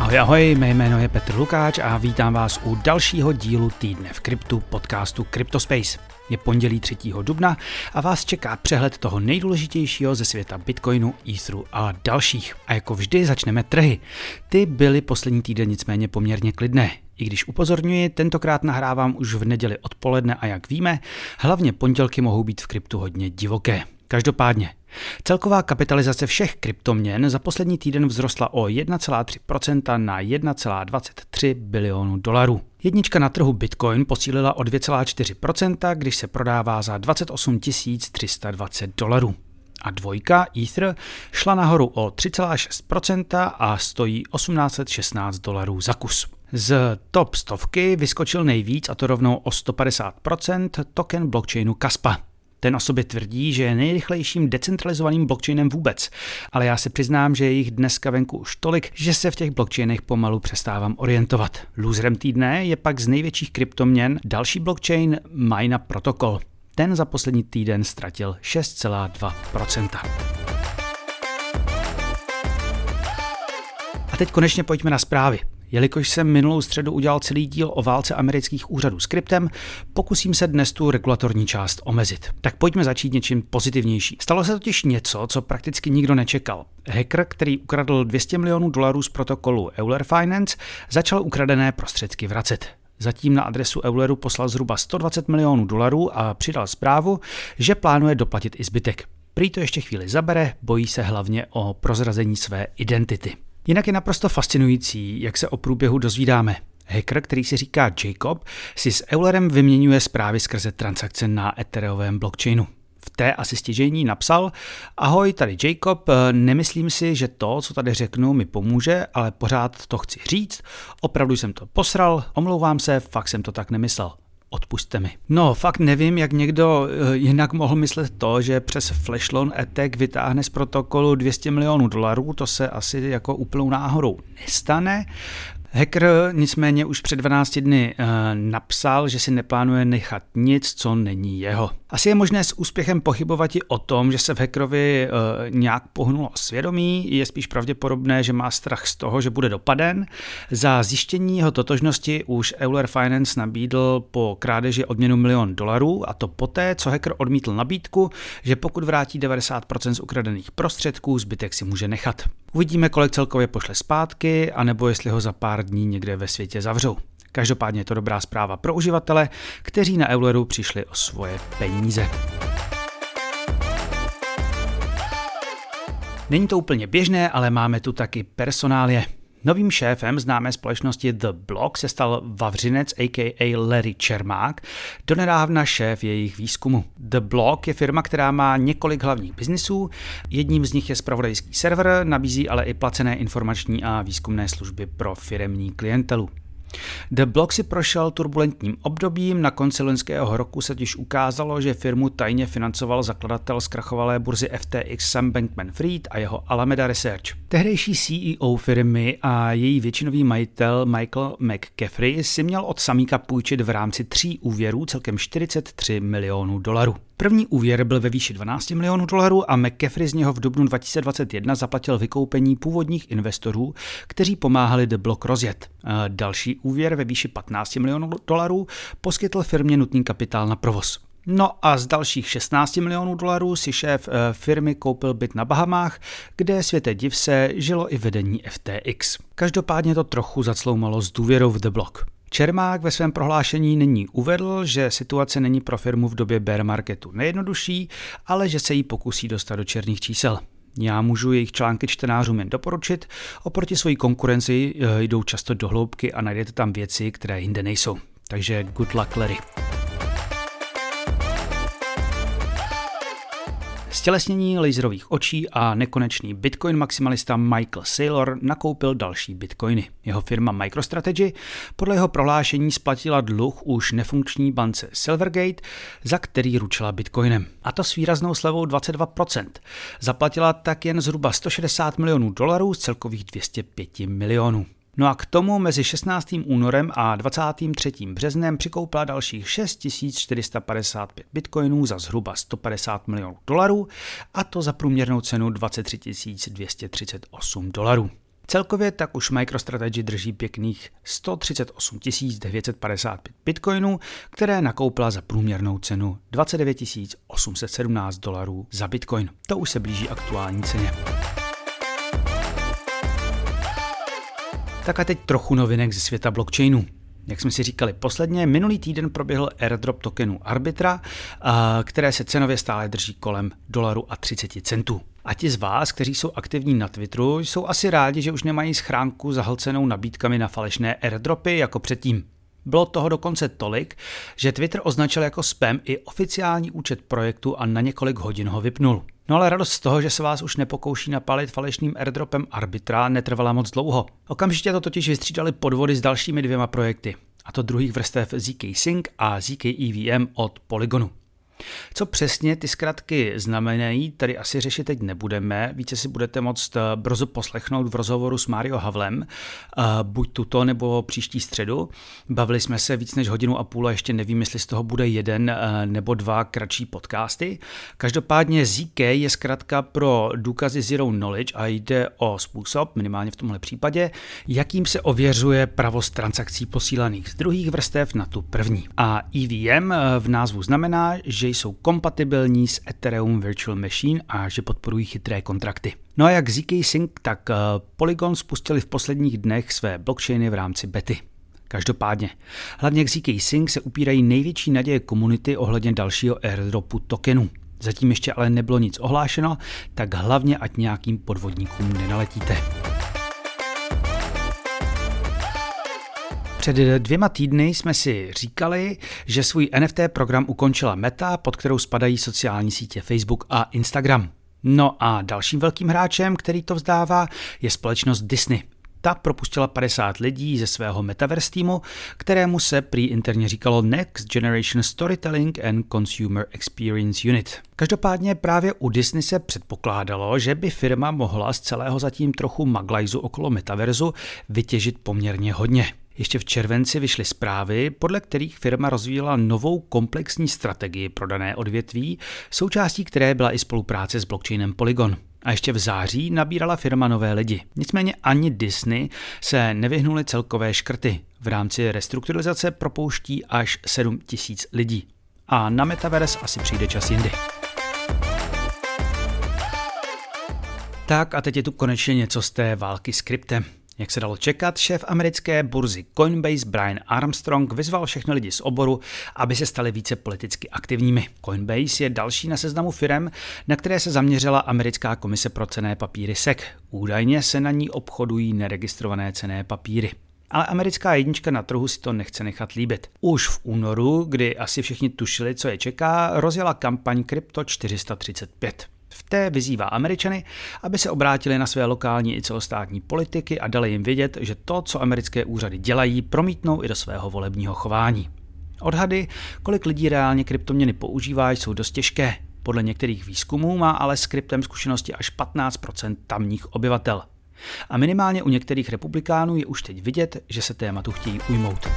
Ahoj, mé jméno je Petr Lukáč a vítám vás u dalšího dílu Týdne v kryptu podcastu CryptoSpace. Je pondělí 3. dubna a vás čeká přehled toho nejdůležitějšího ze světa Bitcoinu, Etheru a dalších. A jako vždy začneme trhy. Ty byly poslední týden nicméně poměrně klidné. I když upozorňuji, tentokrát nahrávám už v neděli odpoledne a jak víme, hlavně pondělky mohou být v kryptu hodně divoké. Každopádně, celková kapitalizace všech kryptoměn za poslední týden vzrostla o 1,3% na 1,23 bilionu dolarů. Jednička na trhu Bitcoin posílila o 2,4%, když se prodává za 28 320 dolarů. A dvojka Ether šla nahoru o 3,6% a stojí 1816 dolarů za kus. Z top 100 vyskočil nejvíc, a to rovnou o 150%, token blockchainu Kaspa. Ten o sobě tvrdí, že je nejrychlejším decentralizovaným blockchainem vůbec, ale já se přiznám, že je jich dneska venku už tolik, že se v těch blockchainech pomalu přestávám orientovat. Loserem týdne je pak z největších kryptoměn další blockchain Mina Protocol. Ten za poslední týden ztratil 6,2%. A teď konečně pojďme na zprávy. Jelikož jsem minulou středu udělal celý díl o válce amerických úřadů s kryptem, pokusím se dnes tu regulatorní část omezit. Tak pojďme začít něčím pozitivnější. Stalo se totiž něco, co prakticky nikdo nečekal. Hacker, který ukradl 200 milionů dolarů z protokolu Euler Finance, začal ukradené prostředky vracet. Zatím na adresu Euleru poslal zhruba 120 milionů dolarů a přidal zprávu, že plánuje doplatit i zbytek. Prý to ještě chvíli zabere, bojí se hlavně o prozrazení své identity. Jinak je naprosto fascinující, jak se o průběhu dozvídáme. Hacker, který si říká Jacob, si s Eulerem vyměňuje zprávy skrze transakce na Ethereovém blockchainu. V té asi stěžejní napsal: Ahoj, tady Jacob, nemyslím si, že to, co tady řeknu, mi pomůže, ale pořád to chci říct, opravdu jsem to posral, omlouvám se, fakt jsem to tak nemyslel. Odpusťte mi. No, fakt nevím, jak někdo jinak mohl myslet to, že přes flash loan attack vytáhne z protokolu 200 milionů dolarů, to se asi jako úplnou náhodou nestane. Hacker nicméně už před 12 dny napsal, že si neplánuje nechat nic, co není jeho. Asi je možné s úspěchem pochybovat i o tom, že se v hackerovi nějak pohnulo svědomí, je spíš pravděpodobné, že má strach z toho, že bude dopaden. Za zjištění jeho totožnosti už Euler Finance nabídl po krádeži odměnu $1 milion, a to poté, co hacker odmítl nabídku, že pokud vrátí 90% z ukradených prostředků, zbytek si může nechat. Uvidíme, kolik celkově pošle zpátky, anebo jestli ho za pár dní někde ve světě zavřou. Každopádně je to dobrá zpráva pro uživatele, kteří na Euleru přišli o svoje peníze. Není to úplně běžné, ale máme tu taky personálie. Novým šéfem známé společnosti The Block se stal Vavřinec a.k.a. Larry Čermák, donedávna šéf jejich výzkumu. The Block je firma, která má několik hlavních biznisů, jedním z nich je zpravodajský server, nabízí ale i placené informační a výzkumné služby pro firemní klientelu. The Block si prošel turbulentním obdobím, na konci loňského roku se totiž ukázalo, že firmu tajně financoval zakladatel zkrachovalé burzy FTX Sam Bankman-Fried a jeho Alameda Research. Tehdejší CEO firmy a její většinový majitel Michael McCaffrey si měl od Samíka půjčit v rámci 3 úvěrů celkem 43 milionů dolarů. První úvěr byl ve výši 12 milionů dolarů a McCaffrey z něho v dubnu 2021 zaplatil vykoupení původních investorů, kteří pomáhali The Block rozjet. Další úvěr ve výši 15 milionů dolarů poskytl firmě nutný kapitál na provoz. No a z dalších 16 milionů dolarů si šéf firmy koupil byt na Bahamách, kde světe div se žilo i vedení FTX. Každopádně to trochu zacloumalo s důvěrou v The Block. Čermák ve svém prohlášení nyní uvedl, že situace není pro firmu v době bear marketu nejjednodušší, ale že se jí pokusí dostat do černých čísel. Já můžu jejich články čtenářům jen doporučit, oproti své konkurenci jdou často do hloubky a najdete tam věci, které jinde nejsou. Takže good luck, Larry. Stělesnění laserových očí a nekonečný Bitcoin maximalista Michael Saylor nakoupil další bitcoiny. Jeho firma MicroStrategy podle jeho prohlášení splatila dluh už nefunkční bance Silvergate, za který ručila bitcoinem. A to s výraznou slevou 22%. Zaplatila tak jen zhruba 160 milionů dolarů z celkových 205 milionů. No a k tomu mezi 16. únorem a 23. březnem přikoupila dalších 6455 bitcoinů za zhruba 150 milionů dolarů, a to za průměrnou cenu 23 238 dolarů. Celkově tak už MicroStrategy drží pěkných 138 955 bitcoinů, které nakoupila za průměrnou cenu $29 817 za bitcoin. To už se blíží aktuální ceně. Tak a teď trochu novinek ze světa blockchainu. Jak jsme si říkali posledně, minulý týden proběhl airdrop tokenu Arbitra, které se cenově stále drží kolem $1.30. A ti z vás, kteří jsou aktivní na Twitteru, jsou asi rádi, že už nemají schránku zahlcenou nabídkami na falešné airdropy jako předtím. Bylo toho dokonce tolik, že Twitter označil jako spam i oficiální účet projektu a na několik hodin ho vypnul. No ale radost z toho, že se vás už nepokouší napálit falešným airdropem Arbitra, netrvala moc dlouho. Okamžitě to totiž vystřídali podvody s dalšími 2 projekty, a to druhých vrstev ZK Sync a ZK EVM od Polygonu. Co přesně ty zkratky znamenají, tady asi řešit teď nebudeme, více si budete moct brzo poslechnout v rozhovoru s Mário Havlem, buď tuto nebo příští středu. Bavili jsme se víc než 1,5 hodiny a ještě nevím, jestli z toho bude 1 nebo 2 kratší podcasty. Každopádně ZK je zkratka pro důkazy Zero Knowledge a jde o způsob, minimálně v tomhle případě, jakým se ověřuje pravost transakcí posílaných z druhých vrstev na tu první. A EVM v názvu znamená, že jsou kompatibilní s Ethereum Virtual Machine a že podporují chytré kontrakty. No a jak ZK Sync, tak Polygon spustili v posledních dnech své blockchainy v rámci bety. Každopádně, hlavně k ZK Sync se upírají největší naděje komunity ohledně dalšího airdropu tokenů. Zatím ještě ale nebylo nic ohlášeno, tak hlavně ať nějakým podvodníkům nenaletíte. Před 2 týdny jsme si říkali, že svůj NFT program ukončila Meta, pod kterou spadají sociální sítě Facebook a Instagram. No a dalším velkým hráčem, který to vzdává, je společnost Disney. Ta propustila 50 lidí ze svého Metaverse týmu, kterému se prý interně říkalo Next Generation Storytelling and Consumer Experience Unit. Každopádně právě u Disney se předpokládalo, že by firma mohla z celého zatím trochu maglajzu okolo Metaverzu vytěžit poměrně hodně. Ještě v červenci vyšly zprávy, podle kterých firma rozvíjela novou komplexní strategii pro dané odvětví, součástí které byla i spolupráce s blockchainem Polygon. A ještě v září nabírala firma nové lidi. Nicméně ani Disney se nevyhnuli celkové škrty. V rámci restrukturalizace propouští až 7 000 lidí. A na Metaverse asi přijde čas jindy. Tak a teď je tu konečně něco z té války s kryptem. Jak se dalo čekat, šéf americké burzy Coinbase Brian Armstrong vyzval všechny lidi z oboru, aby se stali více politicky aktivními. Coinbase je další na seznamu firem, na které se zaměřila americká komise pro cenné papíry SEC. Údajně se na ní obchodují neregistrované cenné papíry. Ale americká jednička na trhu si to nechce nechat líbit. Už v únoru, kdy asi všichni tušili, co je čeká, rozjela kampaň Crypto 435. V té vyzývá Američany, aby se obrátili na své lokální i celostátní politiky a dali jim vědět, že to, co americké úřady dělají, promítnou i do svého volebního chování. Odhady, kolik lidí reálně kryptoměny používá, jsou dost těžké. Podle některých výzkumů má ale s kryptem zkušenosti až 15% tamních obyvatel. A minimálně u některých republikánů je už teď vidět, že se tématu chtějí ujmout.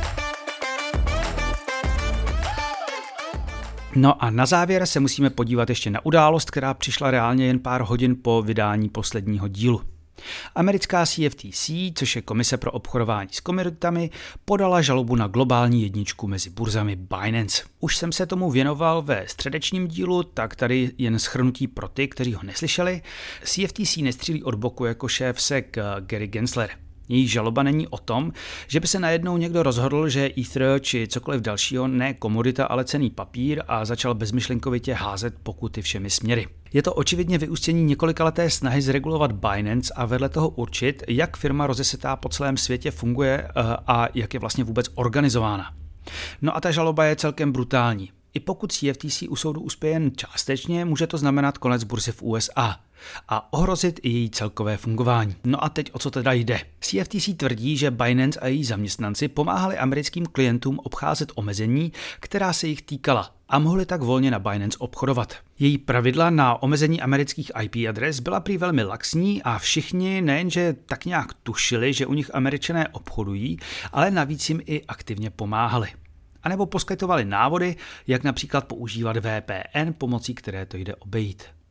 No a na závěr se musíme podívat ještě na událost, která přišla reálně jen pár hodin po vydání posledního dílu. Americká CFTC, což je Komise pro obchodování s komoditami, podala žalobu na globální jedničku mezi burzami Binance. Už jsem se tomu věnoval ve středečním dílu, tak tady jen shrnutí pro ty, kteří ho neslyšeli. CFTC nestřílí od boku jako šéf SEC Gary Gensler. Její žaloba není o tom, že by se najednou někdo rozhodl, že Ether či cokoliv dalšího ne komodita, ale cenný papír a začal bezmyšlenkovitě házet pokuty všemi směry. Je to očividně vyústění několikaleté snahy zregulovat Binance a vedle toho určit, jak firma rozesetá po celém světě funguje a jak je vlastně vůbec organizována. No a ta žaloba je celkem brutální. I pokud CFTC u soudu uspěje jen částečně, může to znamenat konec burzy v USA a ohrozit i její celkové fungování. No a teď o co teda jde? CFTC tvrdí, že Binance a její zaměstnanci pomáhali americkým klientům obcházet omezení, která se jich týkala a mohli tak volně na Binance obchodovat. Její pravidla na omezení amerických IP adres byla prý velmi laxní a všichni nejenže tak nějak tušili, že u nich Američané obchodují, ale navíc jim i aktivně pomáhali. A nebo poskytovali návody, jak například používat VPN, pomocí které to jde obejít.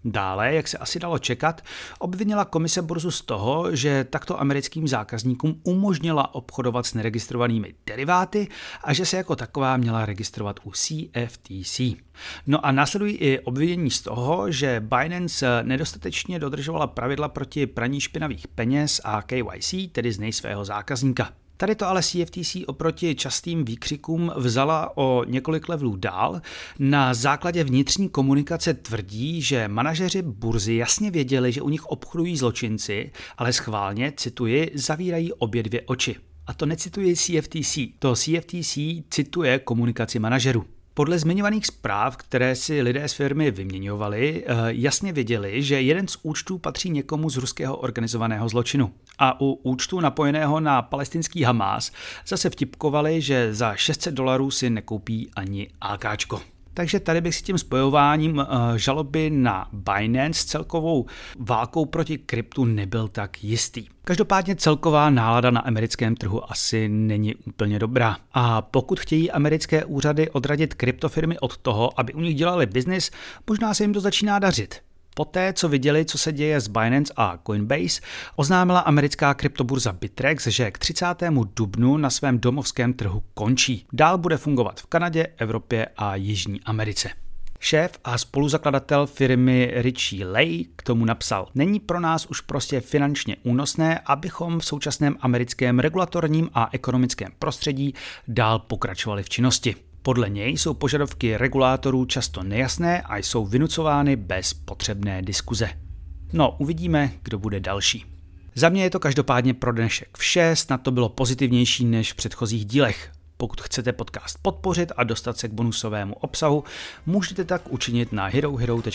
Dále, jak se asi dalo čekat, obvinila komise burzu z toho, že takto americkým zákazníkům umožnila obchodovat s neregistrovanými deriváty a že se jako taková měla registrovat u CFTC. No a následují i obvinění z toho, že Binance nedostatečně dodržovala pravidla proti praní špinavých peněz a KYC, tedy znej svého zákazníka. Tady to ale CFTC oproti častým výkřikům vzala o několik levelů dál. Na základě vnitřní komunikace tvrdí, že manažeři burzy jasně věděli, že u nich obchodují zločinci, ale schválně, cituji, zavírají obě dvě oči. A to necituje CFTC, to CFTC cituje komunikaci manažerů. Podle zmiňovaných zpráv, které si lidé z firmy vyměňovali, jasně věděli, že jeden z účtů patří někomu z ruského organizovaného zločinu. A u účtu napojeného na palestinský Hamás zase vtipkovali, že za $600 si nekoupí ani AKčko. Takže tady bych si tím spojováním žaloby na Binance s celkovou válkou proti kryptu nebyl tak jistý. Každopádně celková nálada na americkém trhu asi není úplně dobrá. A pokud chtějí americké úřady odradit kryptofirmy od toho, aby u nich dělali biznis, možná se jim to začíná dařit. Poté, co viděli, co se děje s Binance a Coinbase, oznámila americká kryptoburza Bittrex, že k 30. dubnu na svém domovském trhu končí. Dál bude fungovat v Kanadě, Evropě a Jižní Americe. Šéf a spoluzakladatel firmy Richie Lay k tomu napsal: Není pro nás už prostě finančně únosné, abychom v současném americkém regulatorním a ekonomickém prostředí dál pokračovali v činnosti. Podle něj jsou požadavky regulátorů často nejasné a jsou vynucovány bez potřebné diskuze. No, uvidíme, kdo bude další. Za mě je to každopádně pro dnešek vše, snad to bylo pozitivnější než v předchozích dílech. Pokud chcete podcast podpořit a dostat se k bonusovému obsahu, můžete tak učinit na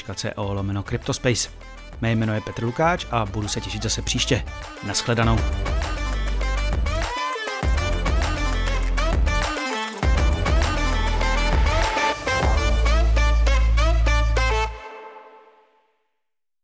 herohero.co/cryptospace. Mé jméno je Petr Lukáč a budu se těšit zase příště. Naschledanou.